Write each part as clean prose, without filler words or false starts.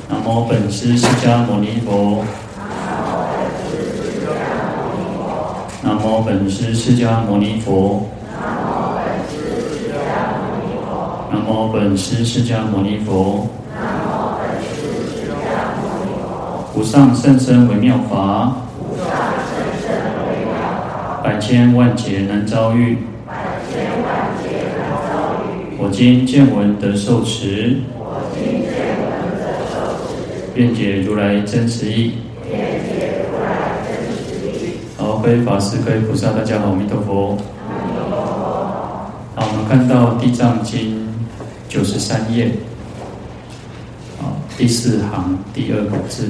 南无本师释迦牟尼佛。南无本师释迦牟尼佛。南无本师释迦牟尼佛。无上甚深微妙法，百千万劫难遭遇。我今见闻得受持，辩解如来真实义。好，各位法师、各位菩萨，大家好，阿弥陀佛。好，我们看到《地藏经》93页，第4行第2个字。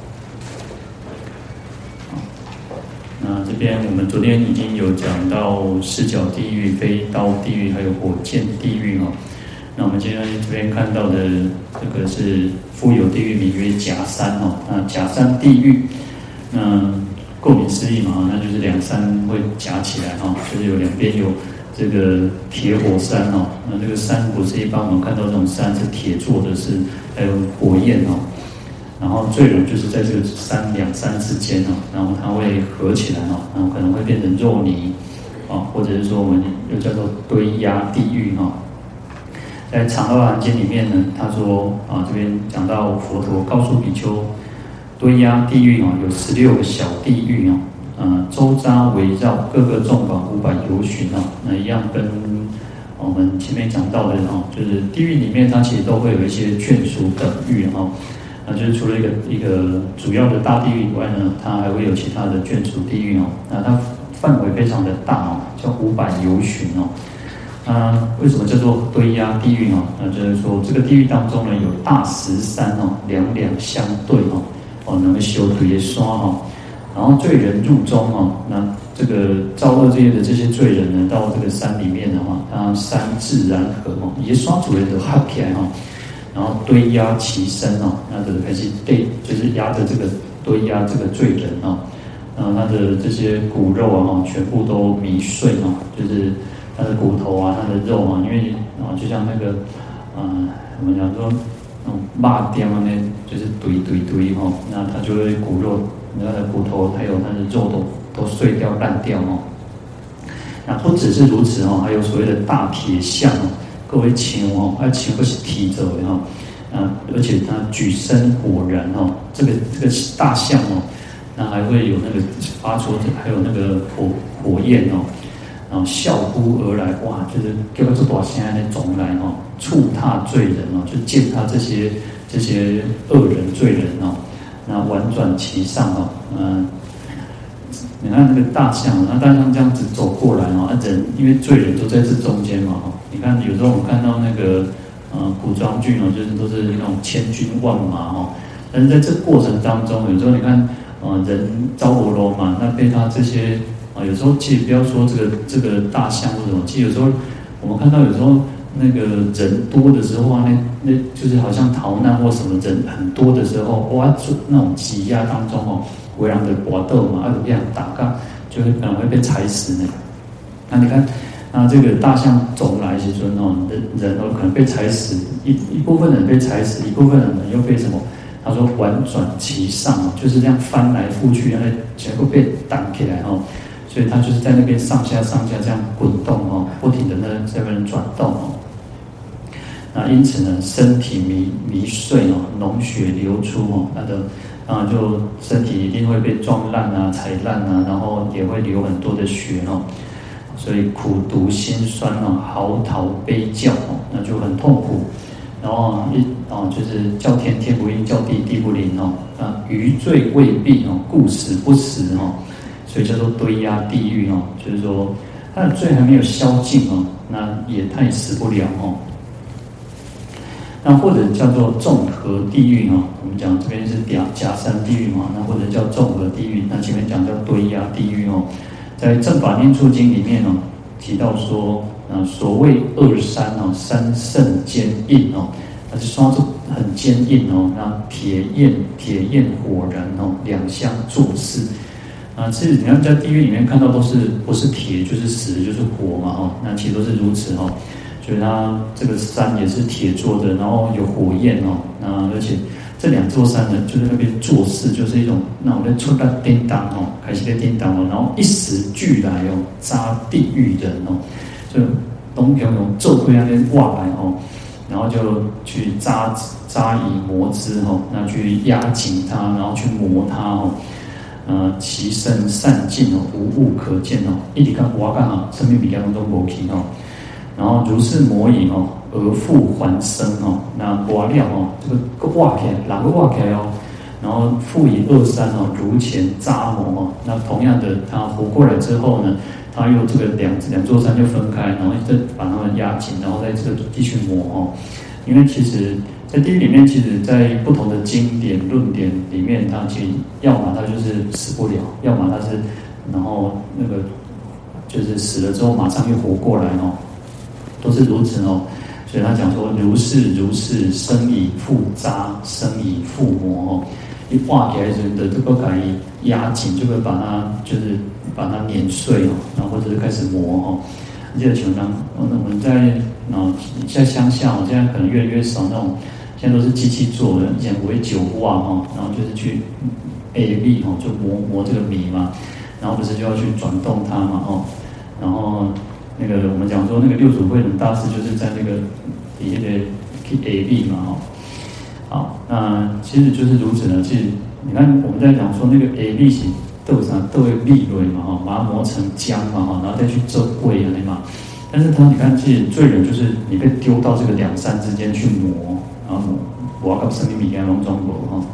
那这边我们昨天已经有讲到四角地狱、飞刀地狱，还有火箭地狱哦。那我们今天这边看到的这个是复有地狱，名曰甲山哦。那甲山地狱，那顾名思义嘛，那就是两山会夹起来哈，就是有两边有这个铁火山哦。那这个山不是一般我们看到这种山是铁做的，是还有火焰哦。然后罪人就是在这个两山之间哦，然后它会合起来哦，然后可能会变成肉泥哦，或者是说我们又叫做堆压地狱哦。在《长阿含经》里面呢，他说这边讲到佛陀告诉比丘，堆压地狱哦有16个小地狱哦，周匝围绕，各个纵广500由旬哦，那一样跟我们前面讲到的哦，就是地狱里面它其实都会有一些眷属等狱哦。那就是除了一个主要的大地狱以外呢，它还会有其他的眷属地狱哦。那它范围非常的大哦，叫500由旬哦。那为什么叫做堆压地狱哦？那就是说这个地狱当中呢，有大石山哦，两相对哦，能修叠刷哦。然后罪人入中哦，那这个造恶业的这些罪人呢，到这个山里面的话，它山自然合哦，也刷主人都合起来哦。然后堆压其身哦，那这个开始对，就是压着这个堆压这个罪人哦，他的这些骨肉啊全部都迷碎哦，就是他的骨头啊，他的肉啊，因为就像那个我们讲说那种肉丁啊，那就是堆哦，那它就会骨肉，他的骨头还有他的肉都碎掉烂掉哦。那不只是如此哦，还有所谓的大铁象哦。各位请哦，请不是提着的哈，而且它举身火燃哦，这个大象哦，那还会有那个发出，还有那个火焰哦，然后啸呼而来，哇，就是叫他这多现在那种来哦，触踏罪人哦，就见他这些恶人罪人哦，那婉转其上哦，你看那个大象，那大象这样子走过来哦，人因为罪人都在这中间嘛哈。你看，有时候我们看到那个古装剧哦，就是都是那种千军万马哦，但是在这过程当中，有时候你看人招罗罗嘛，那被他这些有时候其实不要说这个大象或什么，其实有时候我们看到有时候那个人多的时候啊，那就是好像逃难或什么人很多的时候，哇，那种挤压当中哦，围绕的搏斗嘛，这样打架，就会可能会被踩死呢。那你看。那这个大象走来时说哦，人可能被踩死，一部分人被踩死，一部分人又被什么？他说婉转其上哦，就是这样翻来覆去，那全部被挡起来哦，所以他就是在那边上下这样滚动哦，不停的在那边转动哦。那因此呢，身体迷碎哦，脓血流出哦，当然就身体一定会被撞烂啊、踩烂啊，然后也会流很多的血哦。所以苦毒心酸哦，嚎啕悲叫哦，那就很痛苦。然后就是叫天天不应，叫地地不灵哦。余罪未毕哦，故死不食哦，所以叫做堆压地狱哦。就是说他的罪还没有消尽哦，那他也死不了哦。那或者叫做综合地狱哦，我们讲这边是甲山地狱嘛，那或者叫综合地狱。那前面讲叫堆压地狱哦。在《正法念处经》里面哦，提到说，所谓恶山哦，山甚坚硬哦，它是刷出很坚硬哦，那铁焰火燃哦，两相作事。其实你看在地狱里面看到都是不是铁就是石就是火嘛哦，那其实都是如此哦。所以它这个山也是铁做的，然后有火焰哦，那而且这2座山呢，就是那边做事，就是一种那我们出来叮当哦，开始在叮当哦，然后一时俱来哦，扎地狱人哦，就东平用咒会那边挖来哦，然后就去扎以磨之哦，那去压紧它，然后去磨它哦。其身散尽哦，无物可见哦，一直看我干哈，生命比较当中无去哦。然后如是磨影哦，而复还生哦。那磨料哦，这个挖起来，哪个挖起来哦？然后复以二三哦，如前扎磨哦。那同样的，他活过来之后呢，他又这个两座山就分开，然后再把它们压紧，然后在这个继续磨哦。因为其实，在地狱里面，其实在不同的经典论点里面，它其实要么它就是死不了，要么它是，然后那个就是死了之后马上又活过来哦，都是如此哦。所以他讲说，如是，生以复扎，生以复磨哦。一化给人的这个可以压紧，就会把它就是把它碾碎哦，然后或者是开始磨哦。记得球当，我们在乡下哦，现在可能越来越少那种，现在都是机器做的，以前不会酒化哈，然后就是去 A B 哈，就磨这个米嘛，然后不是就要去转动它嘛哦，然后那个我们讲说那个六祖慧能大师就是在那个底下的 A B 嘛哦，好，那其实就是如此呢。其实你看我们在讲说那个 A B 型。豆啥豆会利润嘛哈，把它磨成浆嘛哈，然后再去做桂啊那嘛。但是你看，其实罪人就是你被丢到这个2山之间去磨，然后我要生命比给龙中国哈。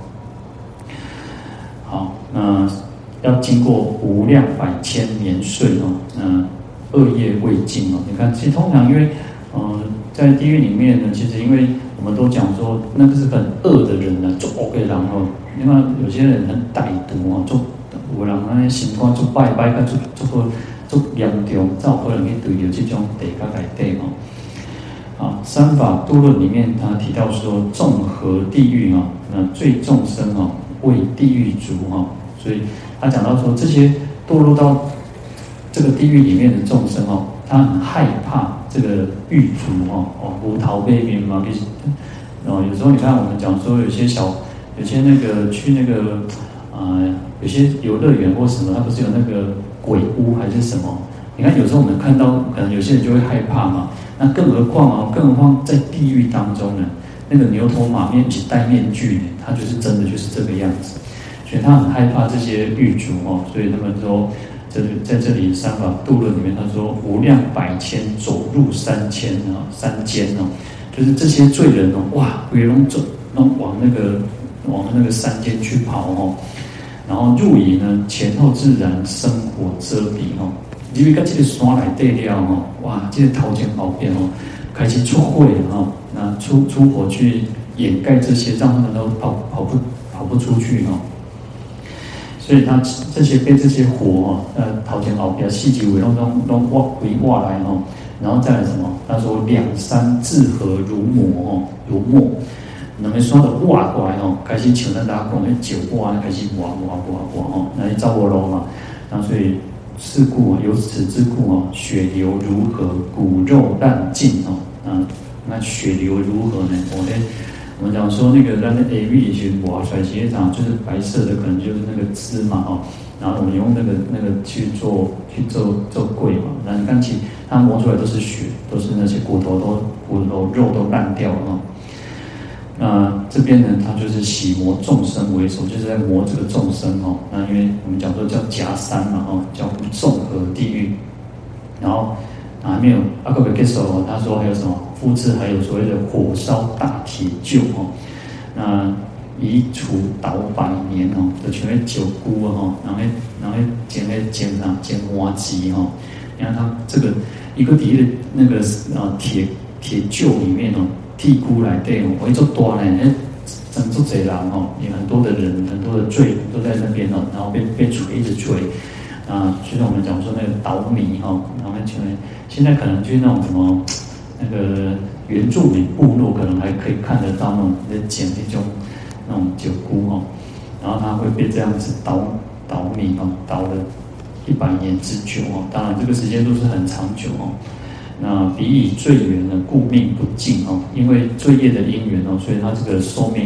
好，那要经过无量百千年岁哦，恶业未尽哦。你看，其实通常因为在地狱里面呢，其实因为我们都讲说那个是很恶的人呢，做恶的人哦。因为有些人很歹毒哦，做有人安尼心肝做拜甲做严重，才有可能去对着这种地较内底哦。啊，三法度论里面他提到说，众合地狱哦，罪众生哦，为地狱族哦，所以他讲到说，这些堕落到这个地狱里面的众生哦，他很害怕这个狱卒哦，无逃避面嘛，有时候你看我们讲说有些那个去那个有些游乐园或什么，它不是有那个鬼屋还是什么？你看有时候我们看到，可能有些人就会害怕嘛。那更何况在地狱当中呢，那个牛头马面一起戴面具呢，他就是真的就是这个样子，所以他很害怕这些狱卒哦。所以他们说，在这里三法度论里面，他说无量百千走入三间哦，就是这些罪人哦，哇，鬼龙走，往那个山间去跑哦。然后入营呢，前后自然生火遮蔽哦，因为跟这个山来对了哦，哇，这个头前后边哦，开始出火哦，那出火去掩盖这些，让他们都跑不出去哦。所以他这些被这些火头前后边细节为弄挖来哦，然后再来什么？他说两山自合如磨哦，如墨。两个山就挖过来哦，开始像咱大家讲的石挖，开始挖哦，那走无路嘛，那所以是故有此之故哦，血流如何，骨肉烂尽哦，那血流如何呢？我们讲说那个咱的 AV 去挖出来，其实上就是白色的，可能就是那个汁嘛哦，然后我们用那个去做桂嘛，那你看其它磨出来都是血，都是那些骨头肉都烂掉了哦。这边呢，它就是洗磨众生为首，就是在磨这个众生哦。那因为我们讲说叫夹山嘛哦，叫众合地狱。然后还没有阿克贝克手哦，他说还有什么复制，还有所谓的火烧大铁臼哦。那以处倒100年哦，就全会9菇哦，然后煎麻糬哦。你看它这个一个底的那个铁臼里面哦。剔骨来对哦，我一做多呢，整做贼人哦，也很多的人，很多的罪都在那边哦，然后被锤一直锤就像我们讲说那个捣米哈，然后现在可能就是那种什么那个原住民部落，可能还可以看得到那种在捡那种酒菇哦，然后它会被这样子捣米哦，捣了100年之久哦，当然这个时间都是很长久哦。那彼以罪缘呢，故命不尽哦，因为罪业的因缘哦，所以他这个寿命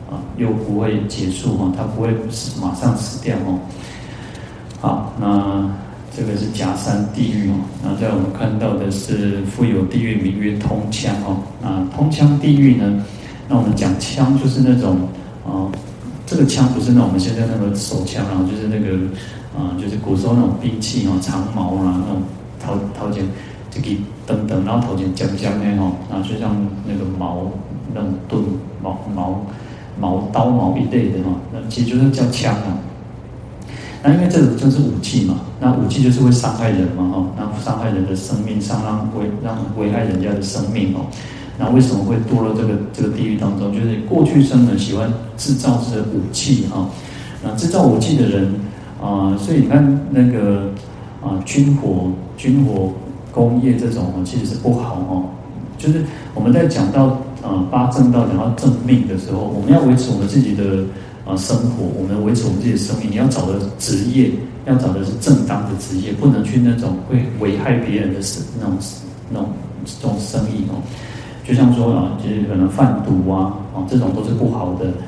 又不会结束它不会马上死掉好，那这个是夹山地狱然后在我们看到的是复有地狱名曰通枪通枪地狱呢，那我们讲枪就是那种这个枪不是那我们现在那个手枪就是那个就是古时候那种兵器长矛那种头前这个等等，然后头前尖尖的然后就像那个矛那种盾刀矛一类的那其实就是叫枪那因为这个就是武器嘛，那武器就是会伤害人嘛那伤害人的生命，让危害人家的生命那为什么会堕落这个地狱当中？就是过去生人喜欢制造这个武器那制造武器的人所以你看那个军火工业这种其实是不好就是我们在讲到八正道讲到正命的时候，我们要维持我们自己的生活，我们维持我们自己的生命，你要找的职业，要找的是正当的职业，不能去那种会危害别人的这种生意就像说其实可能贩毒这种都是不好的。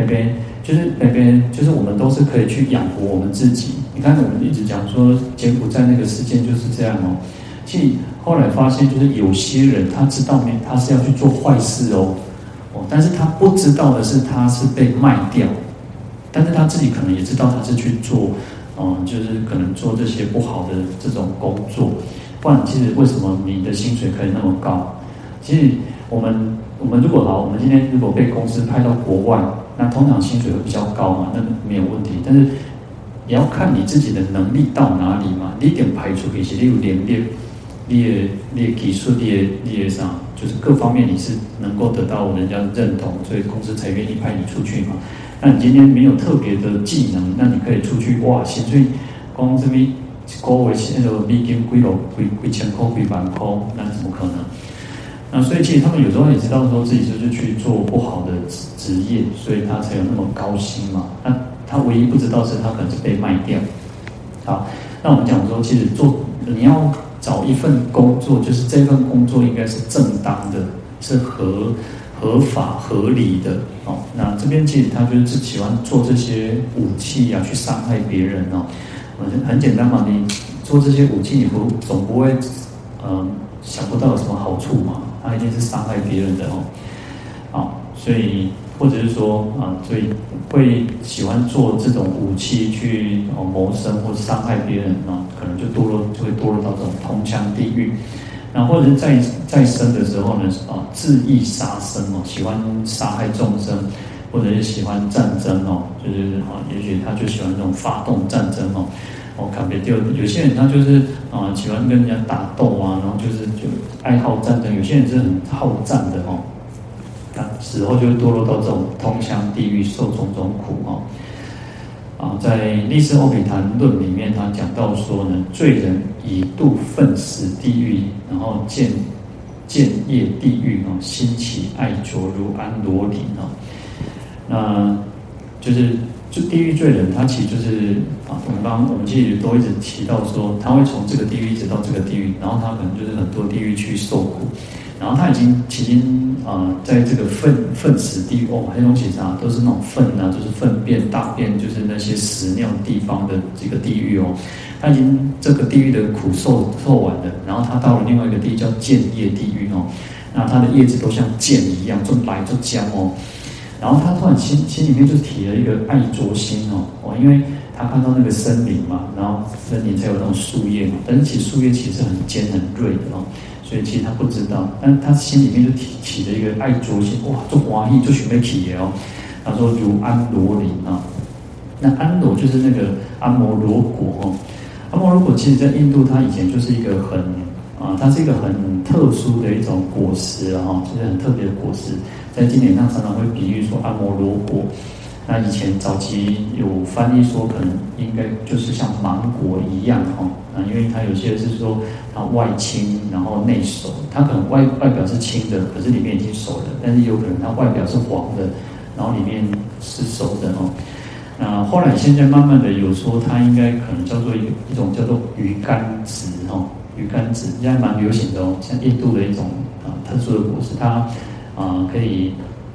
就是我们都是可以去养活我们自己。你看我们一直讲说柬埔寨那个事件就是这样其实后来发现就是有些人他知道他是要去做坏事但是他不知道的是他是被卖掉，但是他自己可能也知道他是去做就是可能做这些不好的这种工作，不然其实为什么你的薪水可以那么高？其实我们如果我们今天如果被公司派到国外，那通常薪水会比较高嘛，那没有问题。但是也要看你自己的能力到哪里嘛。你一点排除其实你有能力，你的技术，你的啥，就是各方面你是能够得到人家认同，所以公司才愿意派你出去嘛。那你今天没有特别的技能，那你可以出去薪水光这边一个月那个美金几千块几万块，那怎么可能？那所以其实他们有时候也知道说自己就是去做不好的职业，所以他才有那么高薪嘛。那他唯一不知道是他可能是被卖掉。好，那我们讲说，其实你要找一份工作，就是这份工作应该是正当的，是合法合理的那这边其实他就是喜欢做这些武器去伤害别人很简单嘛，你做这些武器，你总不会想不到有什么好处嘛。它一定是伤害别人的所以或者是说所以会喜欢做这种武器去谋生或者伤害别人可能就会堕落到这种通枪地狱。然后或者是在生的时候呢恣意杀生喜欢杀害众生，或者是喜欢战争就是也许他就喜欢这种发动战争看别就有些人他就是喜欢跟人家打斗然后就爱好战争。有些人是很好战的那死后就会堕落到这种通枪地狱，受种种苦在《历史欧比谈论》里面，他讲到说呢，罪人以度愤死地狱，然后见业地狱兴起爱着如安罗林那就地狱罪人，他其实就是我们其实都一直提到说，他会从这个地狱一直到这个地狱，然后他可能就是很多地狱去受苦，然后他已经在这个粪死地狱那些东西都是那种粪就是粪便大便，就是那些屎尿地方的这个地狱他已经这个地狱的苦受完了，然后他到了另外一个地狱叫剑业地狱那他的叶子都像剑一样，就白就僵然后他突然心里面就提了一个爱着心因为他看到那个森林嘛，然后森林才有那种树叶嘛，但是其实树叶其实很尖很锐的所以其实他不知道，但他心里面就起了一个爱着心，哇，做欢喜就准备起的他说如安罗林那安罗就是那个阿摩罗果阿摩罗果其实在印度，它以前就是一个它是一个很特殊的一种果实就是很特别的果实。在经典上常常会比喻说阿摩罗果，那以前早期有翻译说可能应该就是像芒果一样因为它有些是说它外青然后内熟，它可能外表是青的，可是里面已经熟了，但是有可能它外表是黄的，然后里面是熟的那后来现在慢慢的有说它应该可能叫做一种叫做鱼甘子鱼甘子现在蛮流行的像印度的一种特殊的果实，它可以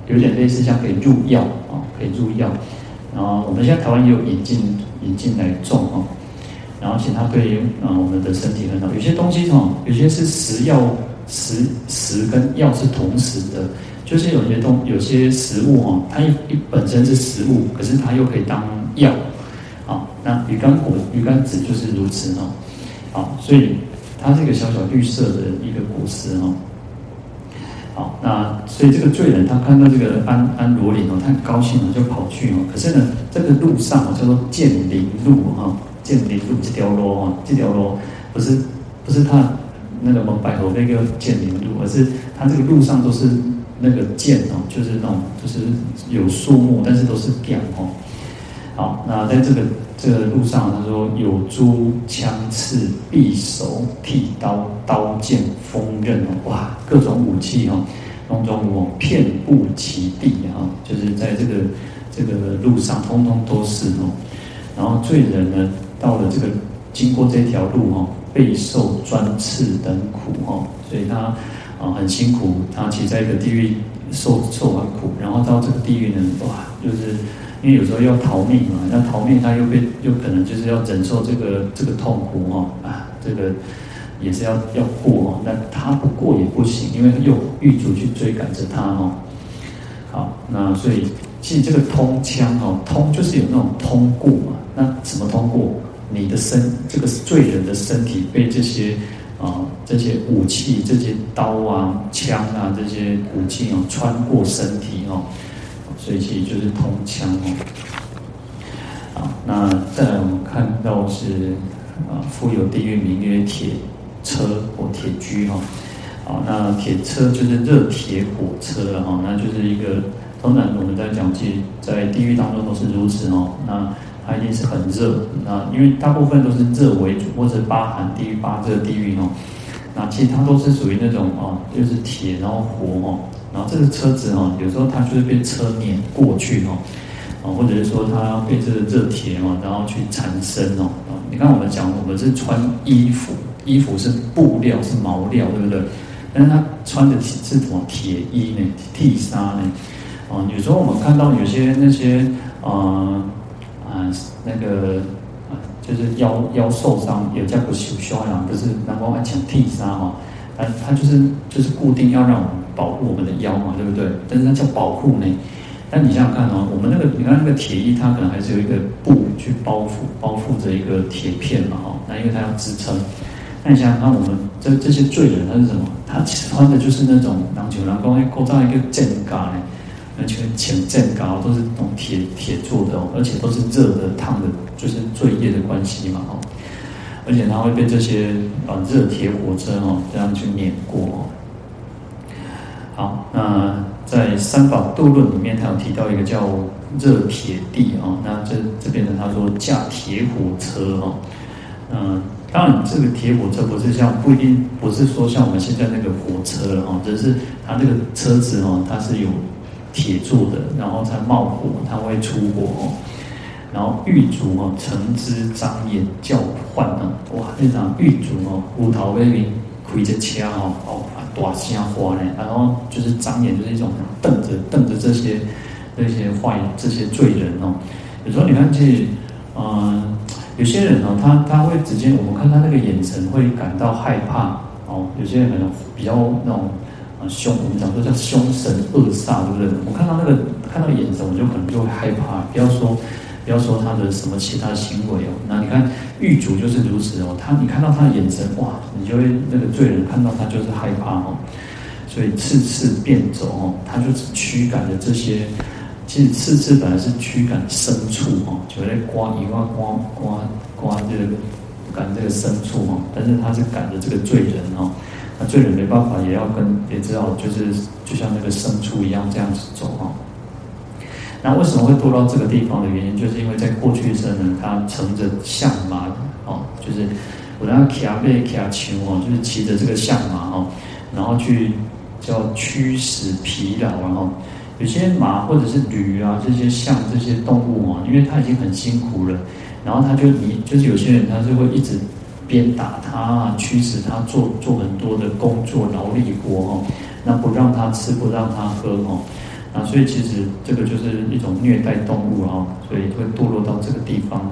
有点类似像可以入药啊，可以入药。然后我们现在台湾也有引进来种哦，然后其实它对我们的身体很好。有些东西哦，有些是食药食跟药是同时的，就是有些食物哦，它本身是食物，可是它又可以当药啊。那鱼竿子就是如此哦，好，所以它是一个小小绿色的一个果实哦。好，那所以这个罪人他看到这个安罗林哦，他很高兴哦，就跑去哦。可是呢，这个路上哦叫做剑林路哈，剑林路这条路哈，这条路不是他那个蒙白头那个剑林路，而是他这个路上都是那个剑哦，就是那种就是有树木，但是都是剑哦。好，那在这个路上，他说有珠枪刺、匕首、剃刀、刀剑、锋刃哦，哇，各种武器哦，种种武遍布其地啊，就是在这个路上，通通都是哦。然后罪人呢，到了经过这条路哦，备受专刺等苦哦，所以他很辛苦，他其实在一个地狱受完苦，然后到这个地狱呢，哇，就是因为有时候要逃命嘛，那逃命他又可能就是要忍受这个痛苦哦，这个也是要过哦，那他不过也不行，因为有狱卒去追赶着他哦。好，那所以其实这个通枪哦，通就是有那种通过嘛，那怎么通过？你的这个罪人的身体被这些武器、这些刀啊、枪啊这些武器哦穿过身体哦。所以其实就是通枪哦。好，那再来我们看到是复有地狱名曰铁车或铁车哈。好，那铁车就是热铁火车哈，那就是一个通常我们在讲在地狱当中都是如此哦。那它一定是很热，那因为大部分都是热为主，或者八寒地狱、八热地狱哦。那其实它都是属于那种就是铁然后火哦。然后这个车子哦，有时候它就是被车碾过去哦，或者是说它被这个热铁哦，然后去缠身哦。你看我们是穿衣服，衣服是布料是毛料，对不对？但是他穿的是什么铁衣呢？剃纱呢？有时候我们看到有些那些那个就是腰受伤，有叫不修啦，不是南方爱讲剃纱哈，它就是固定要让我们保护我们的腰嘛，对不对？但是它叫保护呢。但你想想看哦，我们你看那个铁衣，它可能还是有一个布去包覆着一个铁片嘛哈，那因为它要支撑。那你想想看，我们这些罪人他是什么？他穿的就是那种人讲构造一个剑架呢，而且前剑架都是那种铁做的哦，而且都是热的烫的，就是罪业的关系嘛哦。而且它会被这些热铁火车哦这样去碾过哦。好，那在《三宝度论》里面，他有提到一个叫热铁地哦。那这边呢，他说驾铁火车哦。当然这个铁火车不一定不是说像我们现在那个火车了哦，只是它这个车子哦，它是有铁做的，然后才冒火，它会出火哦。然后狱卒哦，乘之张眼叫唤哦，哇，那场狱卒哦，虎头那边开着车哦，大声话呢，然后就是张眼，就是一种瞪着这些这些罪人哦。有时候你看有些人哦，他会直接我们看他那个眼神会感到害怕哦。有些人可能比较那种我们讲说叫凶神恶煞，对不对？我看到那个眼神，我就可能就会害怕。不要说他的什么其他行为哦。那你看狱卒就是如此哦，你看到他的眼神，哇，你就会那个罪人看到他就是害怕哦。所以次次便走哦，他就是驱赶的这些。其实次次本来是驱赶牲畜哦，就在刮赶这个牲畜哦，但是他是赶着这个罪人哦。那罪人没办法，也只好就像那个牲畜一样这样子走哦。那为什么会堕到这个地方的原因，就是因为在过去生呢，他乘着象马哦，就是我让他骑背骑球哦，就是骑着这个象马哦，然后去叫驱使疲劳，然后有些马或者是驴啊，这些象这些动物哦，因为它已经很辛苦了，然后就是有些人他是会一直鞭打它啊，驱使它做很多的工作劳力活哦，那不让它吃不让它喝哦。 所以其实这个就是一种虐待动物所以会堕落到这个地方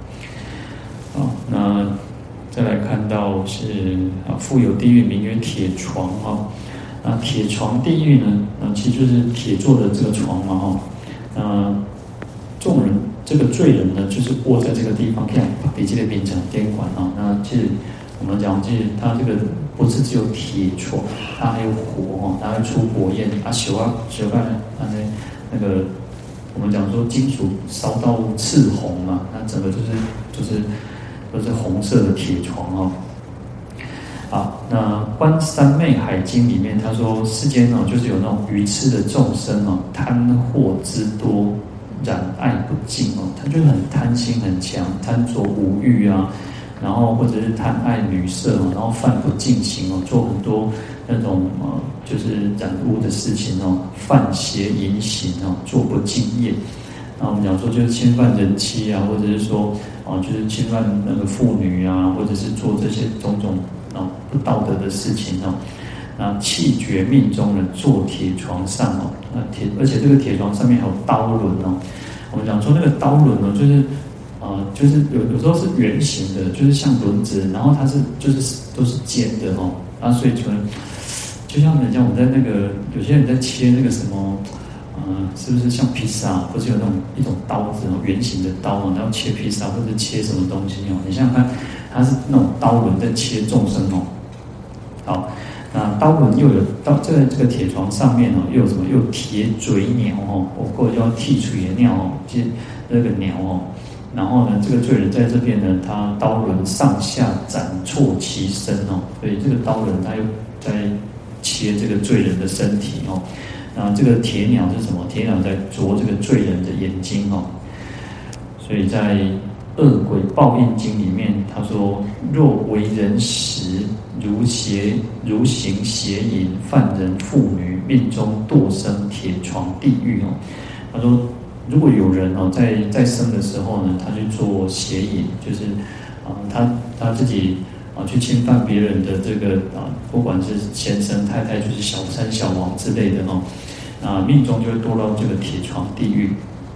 那再来看到是复有地狱，名曰铁床那铁床地狱呢，其实就是铁做的这个床嘛众人这个罪人呢，就是卧在这个地方，看比这个变成监管那其实我们讲，其实它这个不是只有铁床，它还有火它会出火焰烧那个我们讲说金属烧到赤红嘛，那整个就是都是红色的铁床好，那《观三昧海经》里面他说，世间就是有那种愚痴的众生贪惑之多，染爱不尽他就是很贪心很强，贪着五欲然后或者是贪爱女色然后犯不净行做很多那种就是染污的事情犯邪淫行做不净业。那我们讲说就是侵犯人妻或者是说就是侵犯那个妇女或者是做这些种种不道德的事情那气绝命中人坐铁床上而且这个铁床上面还有刀轮我们讲说那个刀轮就是有时候是圆形的，就是像轮子，然后它是就是都是尖的所以就像人家我们在那个有些人在切那个什么是不是像披萨，或是有那种一种刀子圆形的刀然后切披萨或者切什么东西你想想看，它是那种刀轮在切众生好，那刀轮又有这个铁床上面又有什么？又有铁嘴鸟或者叫剔除的鸟就是那个鸟然后呢，这个罪人在这边呢，他刀轮上下斩错其身所以这个刀轮他又在切这个罪人的身体那这个铁鸟是什么？铁鸟在啄这个罪人的眼睛所以在《恶鬼报应经》里面，他说：若为人时，如行邪淫，犯人妇女，命中堕生铁床地狱他说，如果有人在生的时候呢，他去做邪淫，就是他自己去侵犯别人的这个不管是先生太太，就是小三小王之类的命中就会堕到这个铁床地狱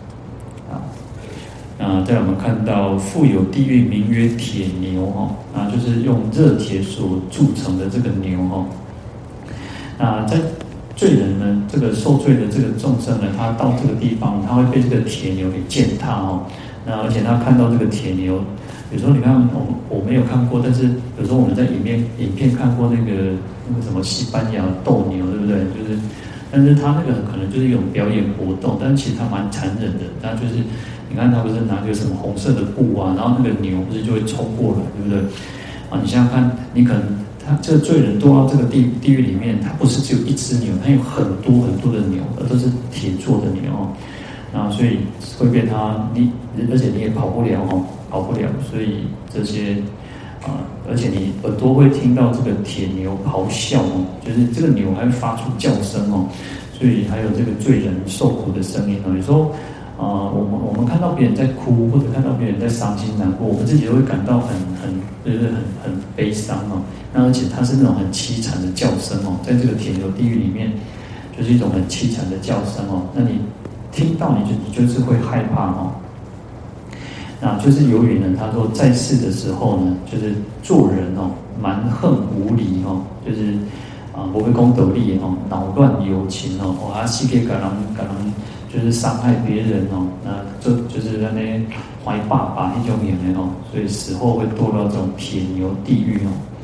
再我们看到复有地狱，名曰铁牛就是用热铁所铸成的这个牛在罪人呢，这个受罪的这个众生呢，他到这个地方，他会被这个铁牛给践踏那而且他看到这个铁牛，有时候你看我没有看过，但是有时候我们在影片看过那个什么西班牙斗牛，对不对？就是，但是他那个可能就是一种表演活动，但是其实他蛮残忍的。他就是你看他不是拿个什么红色的布然后那个牛不是就会冲过来，对不对？你想想看，你可能他这个罪人堕到这个地狱里面，他不是只有一只牛，他有很多很多的牛，而都是铁做的牛所以会被而且你也跑不了所以这些而且你耳朵会听到这个铁牛咆哮就是这个牛还会发出叫声所以还有这个罪人受苦的声音有时候我们看到别人在哭，或者看到别人在伤心难过，我们自己都会感到就是很悲伤那而且它是那种很凄惨的叫声在这个铁牛地狱里面，就是一种很凄惨的叫声那你听到你就是会害怕那就是由于呢，他说在世的时候呢，就是做人蛮横无理就是不会公德力恼乱有情世界可能就是伤害别人那就是在那怀爸爸那种人所以死后会堕到这种铁牛地狱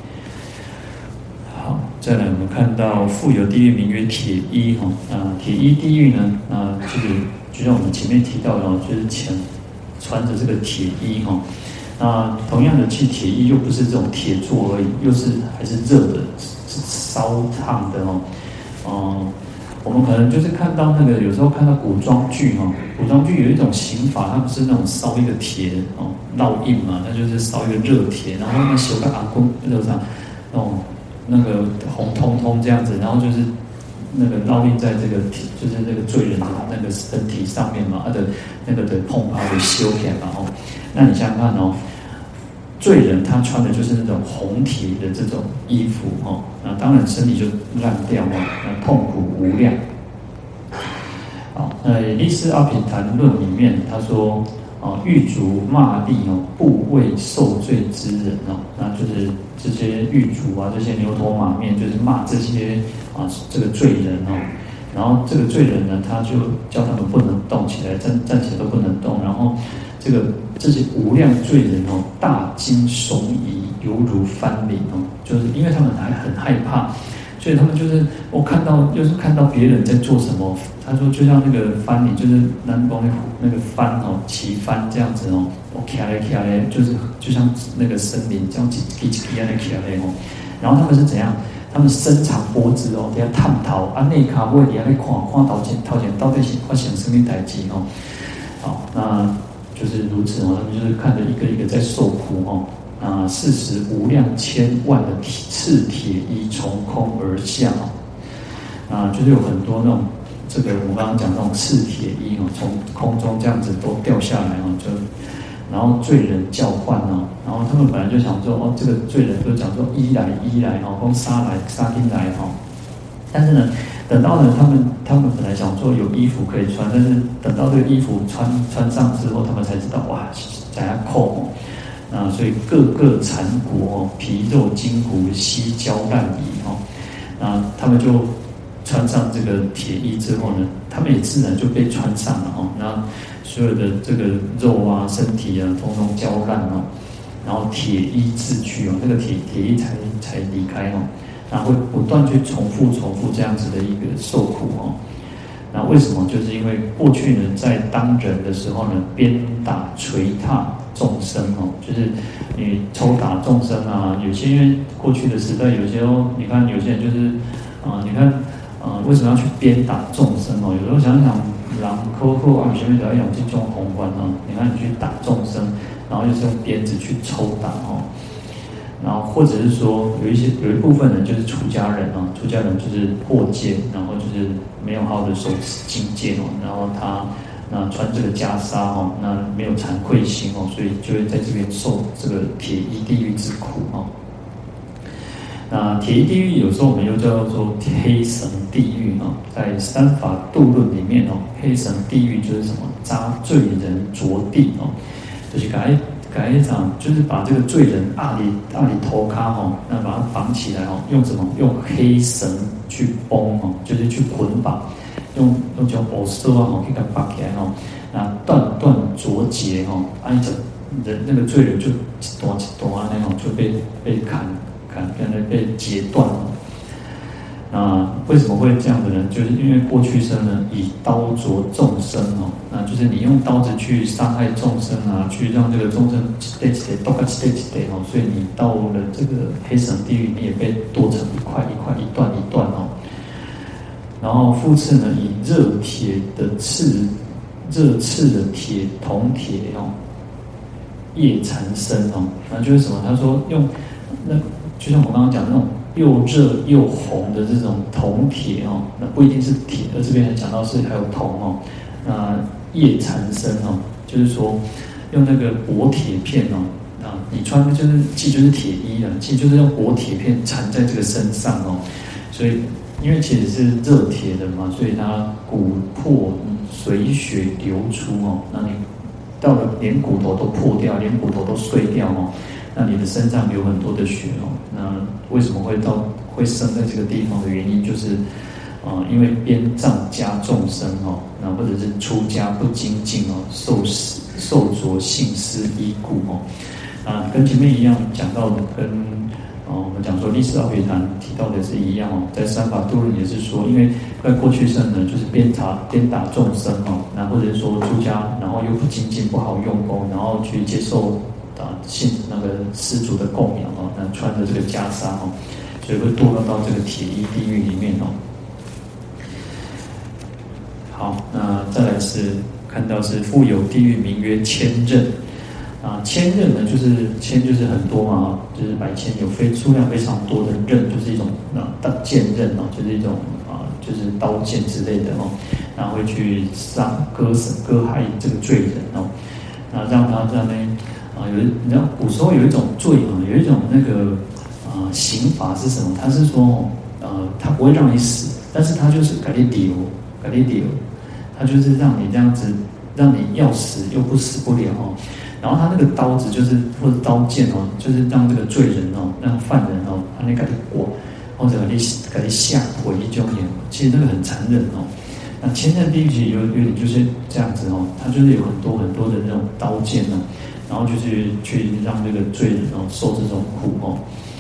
好，再来我们看到复有地狱，名曰铁衣铁衣地狱呢就像我们前面提到的就是穿着这个铁衣那同样的，其实铁衣又不是这种铁做而已，又是还是热的，是烧烫的我们可能就是看到那个有时候看到古装剧古装剧有一种刑法，它不是那种烧一个铁烙印嘛，它就是烧一个热铁，然后那修个阿公热上那个红彤彤这样子，然后就是那个烙印在这个就是那个罪人的那个身体上面嘛，他的那个的碰它会修起来嘛那你想想看罪人他穿的就是那种红铁的这种衣服那当然身体就烂掉那痛苦无量。 好，在《历史阿品谈论》里面，他说，狱卒骂吏不为受罪之人那就是这些狱卒啊，这些牛头马面，就是骂这些这个罪人然后这个罪人呢，他就叫他们不能动起来，站起来都不能动，然后这些无量罪人大惊悚疑，犹如翻林就是因为他们还很害怕。所以他们就是看到别人在做什么，他说就像那个帆里，就是南宫那个帆旗帆这样子我卡来，就是就像那个森林这样几样的卡来然后他们是怎样？他们伸长脖子等下探讨内卡位底下在看头前到底是发生什么代志好，那就是如此他们就是看着一个一个在受苦40无量千万的赤铁衣从空而下就是有很多那种我刚刚讲那种赤铁衣从空中这样子都掉下来然后罪人叫唤然后他们本来就想说这个罪人就讲说衣来公杀进来但是呢，等到呢他们本来想说有衣服可以穿，但是等到这个衣服穿上之后，他们才知道哇，怎样扣所以各个残骨皮肉筋骨悉焦烂矣他们就穿上这个铁衣之后呢，他们也自然就被穿上了那所有的这个肉啊、身体通通焦烂然后铁衣自去那个铁衣才离开然后会不断去重复这样子的一个受苦那为什么？就是因为过去呢，在当人的时候呢，鞭打捶踏众生就是你抽打众生有些因为过去的时代，有些你看有些人就是你看为什么要去鞭打众生有时候想想，人口前面都要用这种宏观你看你去打众生，然后就是用鞭子去抽打然后或者是说有一部分人就是出家人出家人就是破戒，然后就是没有好好的守持境界然后他穿这个袈裟那没有惭愧心所以就会在这边受这个铁衣地狱之苦那铁衣地狱有时候我们又叫做黑绳地狱在《三法度论》里面黑绳地狱就是什么？扎罪人着地就是改场就是把这个罪人阿里头卡那把他绑起来用什么？用黑绳去绷就是去捆绑，用这种藕丝去给它绑起来那断着节按着人那个罪人就一段那种就被砍被截断了。那为什么会这样的呢？就是因为过去生呢，以刀着众生那就是你用刀子去伤害众生去让这个众生一块都所以你到了这个黑绳地狱，你也被剁成一块一段然后复次呢，以热刺的铜铁叶缠身那就是什么？他说用那就像我刚刚讲的那种又热又红的这种铜铁那不一定是铁，而这边还讲到是还有铜那叶缠身就是说用那个薄铁片你穿的就是铁衣其实就是用薄铁片缠在这个身上所以因为其实是热铁的嘛，所以它骨破水血流出那你到了连骨头都破掉，连骨头都碎掉那你的身上流很多的血那为什么会生在这个地方的原因，就是因为鞭杖加众生那或者是出家不精进受着性施依故跟前面一样讲到的，跟我们讲说历史奥义谈提到的是一样在三法度论也是说，因为在过去生呢，就是鞭打众生那或者是说出家，然后又不精进，不好用功，然后去接受信那个施主的供养那穿着这个袈裟所以会堕落到这个铁衣地狱里面好，那再来是看到是复有地狱名曰千仞千仞呢，就是很多嘛就是百千有数量非常多的刃，就是一种剑刃就是一种就是刀剑之类的然后会去割害这个罪人那让他在那边你知道古时候有一种罪有一种那个刑罚是什么？他是说他不会让你死，但是他就是给你丢， 他就是让你这样子，让你要死又不死不了哦。然后他那个刀子就是或者刀剑哦，就是让这个罪人哦，让犯人哦，他那个过，或者给你吓回一种眼，其实那个很残忍哦。那千仞地狱其实有点就是这样子哦，它就是有很多很多的那种刀剑哦，然后就是去让这个罪人哦受这种苦哦。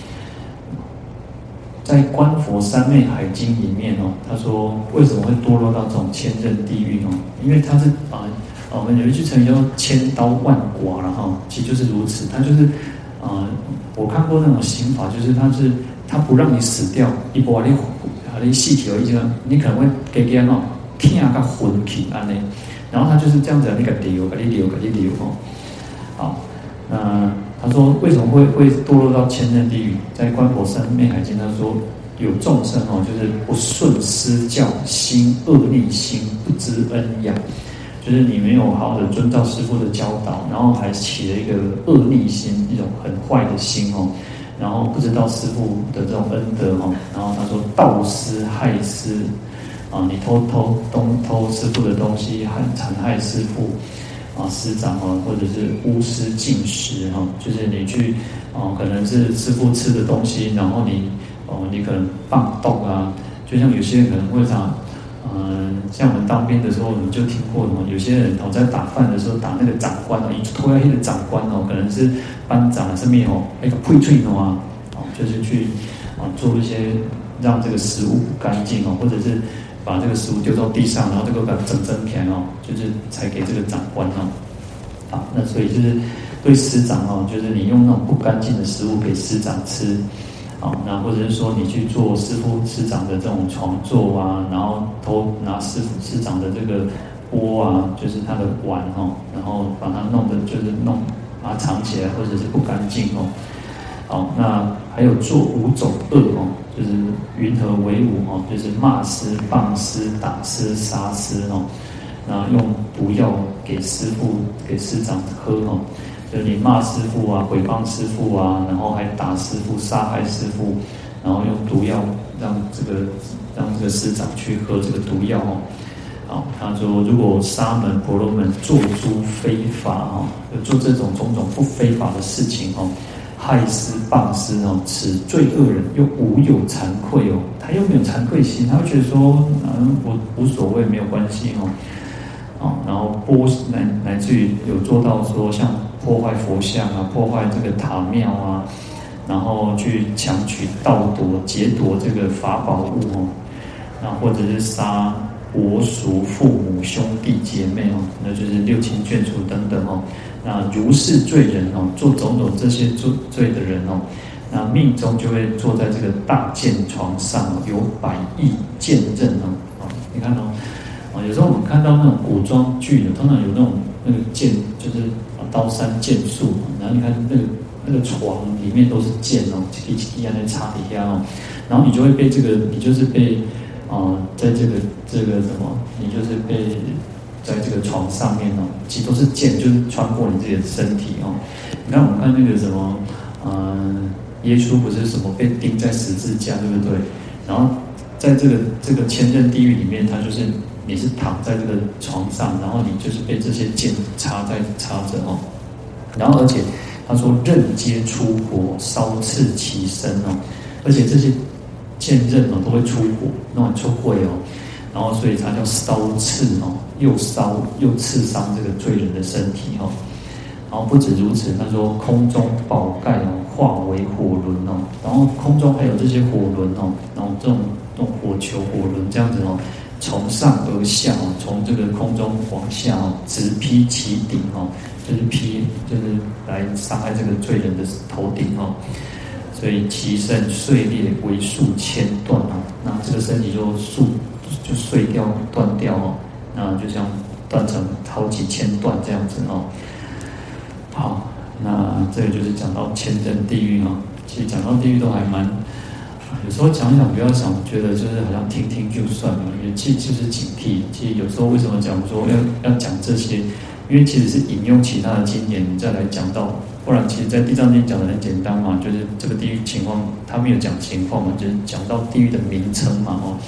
在《观佛三昧海经》里面哦，他说为什么会堕落到这种千仞地狱哦？因为他是我们有一句成语叫“千刀万剐”了哈，其实就是如此。他就是我看过那种刑法，就是他不让你死掉，一波你细体而已，你可能会给哦。听个昏去安呢，然后他就是这样子，那个流，给你流哦。好，那他说为什么会堕落到千仞地狱？在《观佛三昧海经》他说有众生哦，就是不顺师教，心恶逆心，不知恩养，就是你没有好好的遵照师父的教导，然后还起了一个恶逆心，一种很坏的心哦，然后不知道师父的这种恩德哦，然后他说盗师害师。你偷师父的东西，残害师父师长或者是污师进食就是你去可能是师父吃的东西，然后你可能放动啊，就像有些人可能会像我们当兵的时候，我们就听过有些人在打饭的时候打那个长官一拖下去的长官可能是班长上面那个配脆就是去做一些让这个食物不干净或者是把这个食物丢到地上，然后这个把它整片就是才给这个长官好，那所以就是对师长就是你用那种不干净的食物给师长吃，好，那或者是说你去做师长的这种床座啊，然后偷拿师长的这个钵就是他的碗然后把它弄得就是把它藏起来，或者是不干净好，那还有做五种恶就是云何为五就是骂师、谤师、打师、杀师那用毒药给师父、给师长喝就是你骂师父毁谤师父然后还打师父、杀害师父，然后用毒药让这个师长去喝这个毒药好，他说如果沙门、婆罗门做诸非法做这种种种不非法的事情害师谤师此罪恶人又无有惭愧他又没有惭愧心，他会觉得说我无所谓，没有关系然后乃至于有做到说像破坏佛像破坏这个塔庙然后去强取盗夺劫夺这个法宝物那或者是杀伯叔父母兄弟姐妹那就是六亲眷属等等那如是罪人做种种这些罪的人那命中就会坐在这个大剑床上有100亿剑刃你看有时候我们看到那种古装剧的，通常有那个剑，就是刀山剑树，然后你看那个床里面都是剑一滴在插底下然后你就会被你就是被在这个什么，你就是被在这个床上面其实都是剑，就是穿过你自己的身体你看我们看那个什么耶稣不是什么被钉在十字架，对不对？然后在这个千仞地狱里面，它就是你是躺在这个床上，然后你就是被这些剑插着然后而且他说刃皆出火，烧刺其身而且这些剑刃都会出火，那种出火然后所以它叫烧刺又烧又刺伤这个罪人的身体然后不止如此，他说空中宝盖化为火轮然后空中还有这些火轮然后这种火球火轮这样子从上而下从这个空中往下直劈其顶就是来伤害这个罪人的头顶所以其身碎裂为数千段那这个身体就碎掉断掉那就像断成好几千段这样子好，那这个就是讲到千仞地狱其实讲到地狱都还蛮，有时候讲一讲不要想觉得就是好像听听就算了，也就是警惕。其实有时候为什么讲说要讲这些，因为其实是引用其他的经典你再来讲到，不然其实在地藏经讲的很简单嘛，就是这个地狱情况他没有讲情况嘛，就是讲到地狱的名称嘛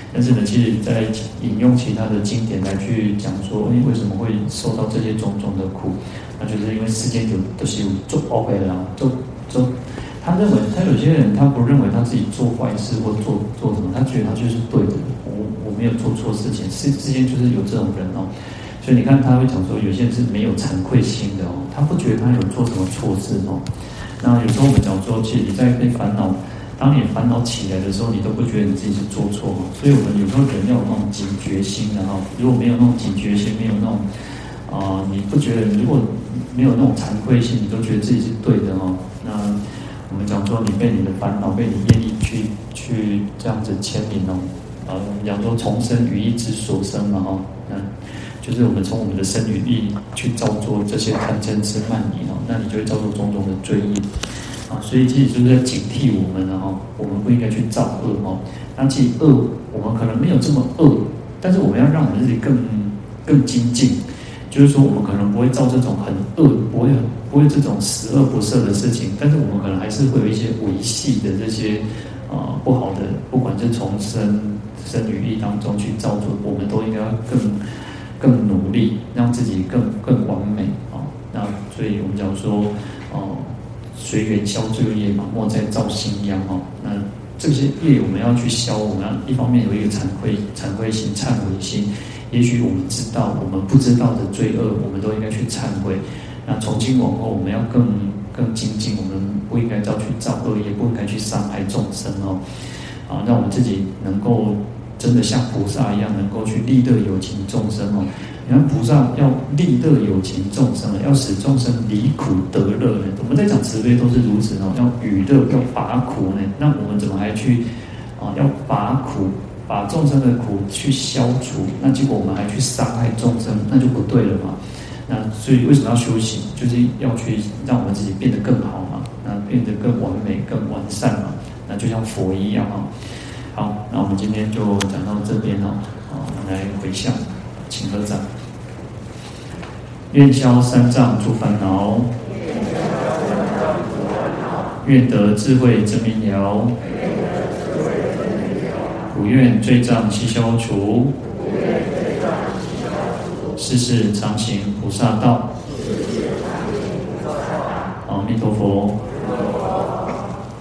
但是呢，其实在引用其他的经典来去讲说，为什么会受到这些种种的苦？那就是因为世间都是有做恶的啦，他认为他有些人他不认为他自己做坏事或做什么，他觉得他就是对的，我没有做错事情，世间就是有这种人哦。所以你看他会讲说，有些人是没有惭愧心的哦，他不觉得他有做什么错事哦。那有时候我们讲说，其实你在被烦恼。当你烦恼起来的时候，你都不觉得你自己是做错，所以我们有时候人要有那种警觉心的哈。如果没有那种警觉心，没有那种你不觉得如果没有那种惭愧心，你都觉得自己是对的哈。那我们讲说，你被你的烦恼，被你业力去这样子牵引哦。我们讲说从生语意之所生嘛哈。那就是我们从我们的身语意去造作这些贪嗔痴慢疑哦，那你就会造作种种的罪业。所以其实就是在警惕我们了哈，我们不应该去造恶哈。那其实恶，我们可能没有这么恶，但是我们要让我们自己更精进，就是说我们可能不会造这种很恶，不会这种十恶不赦的事情，但是我们可能还是会有一些维系的这些不好的，不管是从生语意当中去造作，我们都应该更努力，让自己更完美啊。那所以我们讲说随缘消罪业嘛，莫再造新殃哦。那这些业我们要去消，我们要一方面有一个惭愧心、忏悔心。也许我们知道，我们不知道的罪恶，我们都应该去忏悔。那从今往后，我们要更精进，我们不应该再去造恶业，不应该去伤害众生哦。让我们自己能够真的像菩萨一样，能够去利乐有情众生哦。你看菩萨要利乐有情众生，要使众生离苦得乐呢。我们在讲慈悲都是如此哦，要与乐，要拔苦呢。那我们怎么还去要拔苦，把众生的苦去消除？那结果我们还去伤害众生，那就不对了嘛。那所以为什么要修行？就是要去让我们自己变得更好嘛，那变得更完美、更完善嘛。那就像佛一样哦。好，那我们今天就讲到这边哦。我们来回向，请合掌。愿消三障诸烦恼，愿得智慧真明了，普愿罪障悉消除，世世常行菩萨道。阿弥陀佛。